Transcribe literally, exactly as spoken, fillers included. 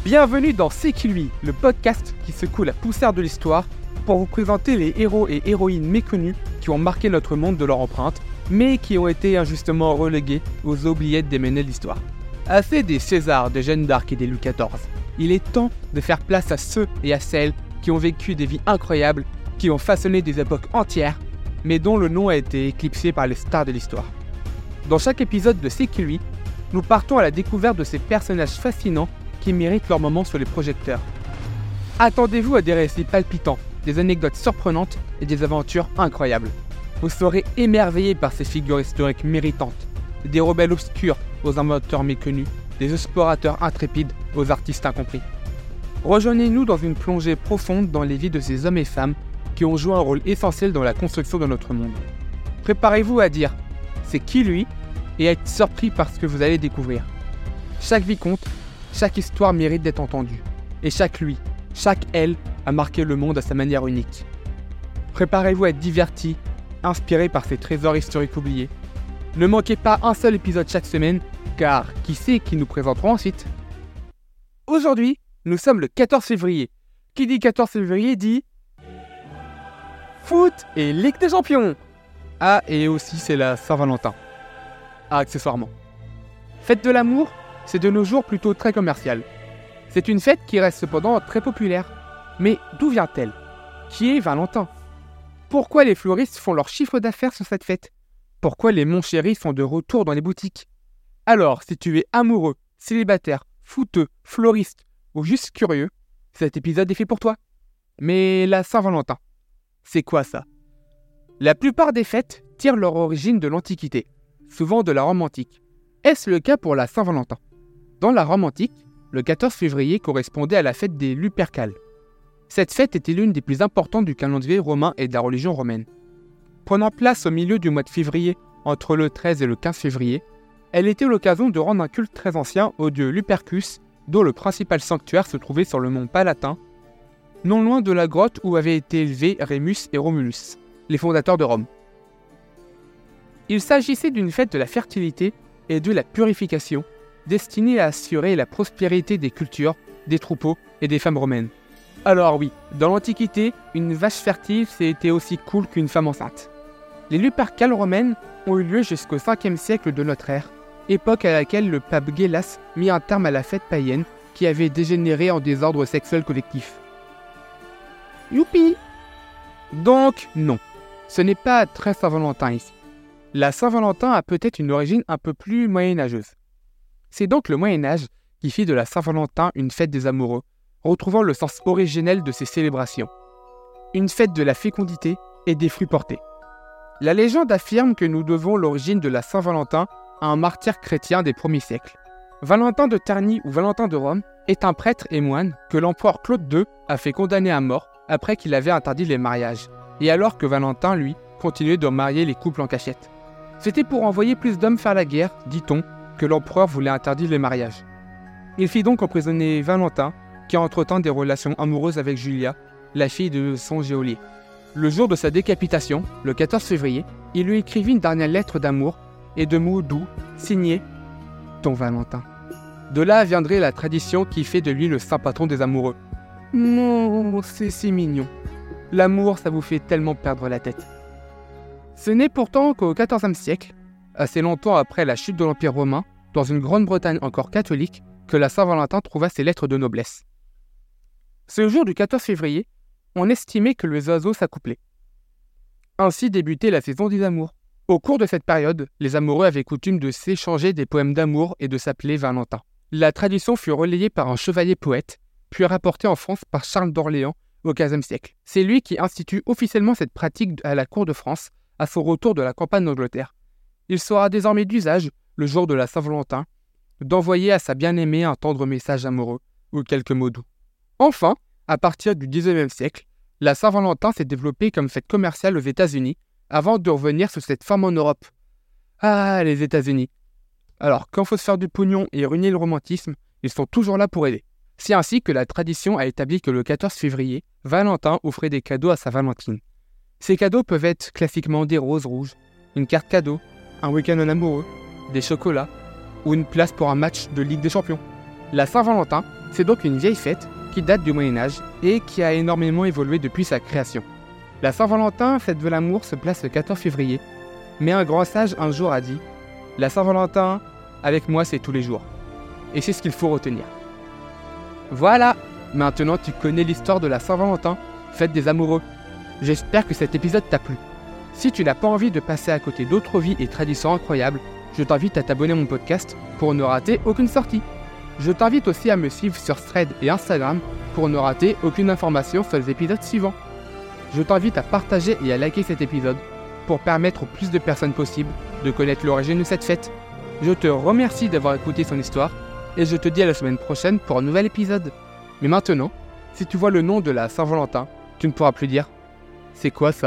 Bienvenue dans C'est qui lui, le podcast qui secoue la poussière de l'histoire pour vous présenter les héros et héroïnes méconnus qui ont marqué notre monde de leur empreinte, mais qui ont été injustement relégués aux oubliettes des menées de l'histoire. Assez des Césars, des Jeanne d'Arc et des Louis quatorze. Il est temps de faire place à ceux et à celles qui ont vécu des vies incroyables, qui ont façonné des époques entières, mais dont le nom a été éclipsé par les stars de l'histoire. Dans chaque épisode de C'est qui lui, nous partons à la découverte de ces personnages fascinants qui méritent leur moment sur les projecteurs. Attendez-vous à des récits palpitants, des anecdotes surprenantes et des aventures incroyables. Vous serez émerveillés par ces figures historiques méritantes, des rebelles obscurs aux inventeurs méconnus, des explorateurs intrépides aux artistes incompris. Rejoignez-nous dans une plongée profonde dans les vies de ces hommes et femmes qui ont joué un rôle essentiel dans la construction de notre monde. Préparez-vous à dire « c'est qui lui ?» et à être surpris par ce que vous allez découvrir. Chaque vie compte, chaque histoire mérite d'être entendue. Et chaque lui, chaque elle a marqué le monde à sa manière unique. Préparez-vous à être divertis, inspirés par ces trésors historiques oubliés. Ne manquez pas un seul épisode chaque semaine, car qui sait qui nous présenteront ensuite. Aujourd'hui, nous sommes le quatorze février. Qui dit quatorze février dit... foot et Ligue des Champions. Ah, et aussi c'est la Saint-Valentin. Ah, accessoirement. Fête de l'amour, c'est de nos jours plutôt très commercial. C'est une fête qui reste cependant très populaire. Mais d'où vient-elle ? Qui est Valentin ? Pourquoi les fleuristes font leur chiffre d'affaires sur cette fête ? Pourquoi les Mon Chéri sont de retour dans les boutiques ? Alors, si tu es amoureux, célibataire, footeux, fleuriste ou juste curieux, cet épisode est fait pour toi. Mais la Saint-Valentin, c'est quoi ça ? La plupart des fêtes tirent leur origine de l'Antiquité, souvent de la Rome antique. Est-ce le cas pour la Saint-Valentin ? Dans la Rome antique, le quatorze février correspondait à la fête des Lupercales. Cette fête était l'une des plus importantes du calendrier romain et de la religion romaine. Prenant place au milieu du mois de février, entre le treize et le quinze février, elle était l'occasion de rendre un culte très ancien au dieu Lupercus, dont le principal sanctuaire se trouvait sur le mont Palatin, non loin de la grotte où avaient été élevés Rémus et Romulus, les fondateurs de Rome. Il s'agissait d'une fête de la fertilité et de la purification, destinée à assurer la prospérité des cultures, des troupeaux et des femmes romaines. Alors oui, dans l'Antiquité, une vache fertile c'était aussi cool qu'une femme enceinte. Les Lupercales romaines ont eu lieu jusqu'au cinquième siècle de notre ère, époque à laquelle le pape Gélas mit un terme à la fête païenne qui avait dégénéré en désordre sexuel collectif. Youpi ! Donc non, ce n'est pas très Saint-Valentin ici. La Saint-Valentin a peut-être une origine un peu plus moyenâgeuse. C'est donc le Moyen-Âge qui fit de la Saint-Valentin une fête des amoureux, retrouvant le sens originel de ces célébrations. Une fête de la fécondité et des fruits portés. La légende affirme que nous devons l'origine de la Saint-Valentin à un martyr chrétien des premiers siècles. Valentin de Terni ou Valentin de Rome est un prêtre et moine que l'empereur Claude deux a fait condamner à mort après qu'il avait interdit les mariages, et alors que Valentin, lui, continuait de marier les couples en cachette. C'était pour envoyer plus d'hommes faire la guerre, dit-on, que l'empereur voulait interdire les mariages. Il fit donc emprisonner Valentin, qui entretint des relations amoureuses avec Julia, la fille de son geôlier. Le jour de sa décapitation, le quatorze février, il lui écrivit une dernière lettre d'amour et de mots doux, signés « Ton Valentin ». De là viendrait la tradition qui fait de lui le saint patron des amoureux. Non, c'est si mignon. L'amour, ça vous fait tellement perdre la tête. Ce n'est pourtant qu'au quatorzième siècle, assez longtemps après la chute de l'Empire romain, dans une Grande-Bretagne encore catholique, que la Saint-Valentin trouva ses lettres de noblesse. Ce jour du quatorze février, on estimait que les oiseaux s'accouplaient. Ainsi débutait la saison des amours. Au cours de cette période, les amoureux avaient coutume de s'échanger des poèmes d'amour et de s'appeler Valentin. La tradition fut relayée par un chevalier poète, puis rapportée en France par Charles d'Orléans au quinzième siècle. C'est lui qui institue officiellement cette pratique à la cour de France à son retour de la campagne d'Angleterre. Il sera désormais d'usage, le jour de la Saint-Valentin, d'envoyer à sa bien-aimée un tendre message amoureux ou quelques mots doux. Enfin, à partir du dix-neuvième siècle, la Saint-Valentin s'est développée comme fête commerciale aux États-Unis avant de revenir sur cette forme en Europe. Ah, les États-Unis. Alors, quand il faut se faire du pognon et ruiner le romantisme, ils sont toujours là pour aider. C'est ainsi que la tradition a établi que le quatorze février, Valentin offrait des cadeaux à sa Valentine. Ces cadeaux peuvent être classiquement des roses rouges, une carte cadeau, un week-end en amoureux, des chocolats ou une place pour un match de Ligue des Champions. La Saint-Valentin, c'est donc une vieille fête qui date du Moyen-Âge et qui a énormément évolué depuis sa création. La Saint-Valentin, fête de l'amour, se place le quatorze février, mais un grand sage un jour a dit « La Saint-Valentin, avec moi c'est tous les jours ». Et c'est ce qu'il faut retenir. Voilà, maintenant tu connais l'histoire de la Saint-Valentin, fête des amoureux. J'espère que cet épisode t'a plu. Si tu n'as pas envie de passer à côté d'autres vies et traditions incroyables, je t'invite à t'abonner à mon podcast pour ne rater aucune sortie. Je t'invite aussi à me suivre sur Threads et Instagram pour ne rater aucune information sur les épisodes suivants. Je t'invite à partager et à liker cet épisode pour permettre au plus de personnes possible de connaître l'origine de cette fête. Je te remercie d'avoir écouté son histoire et je te dis à la semaine prochaine pour un nouvel épisode. Mais maintenant, si tu vois le nom de la Saint-Valentin, tu ne pourras plus dire « C'est quoi ça ?»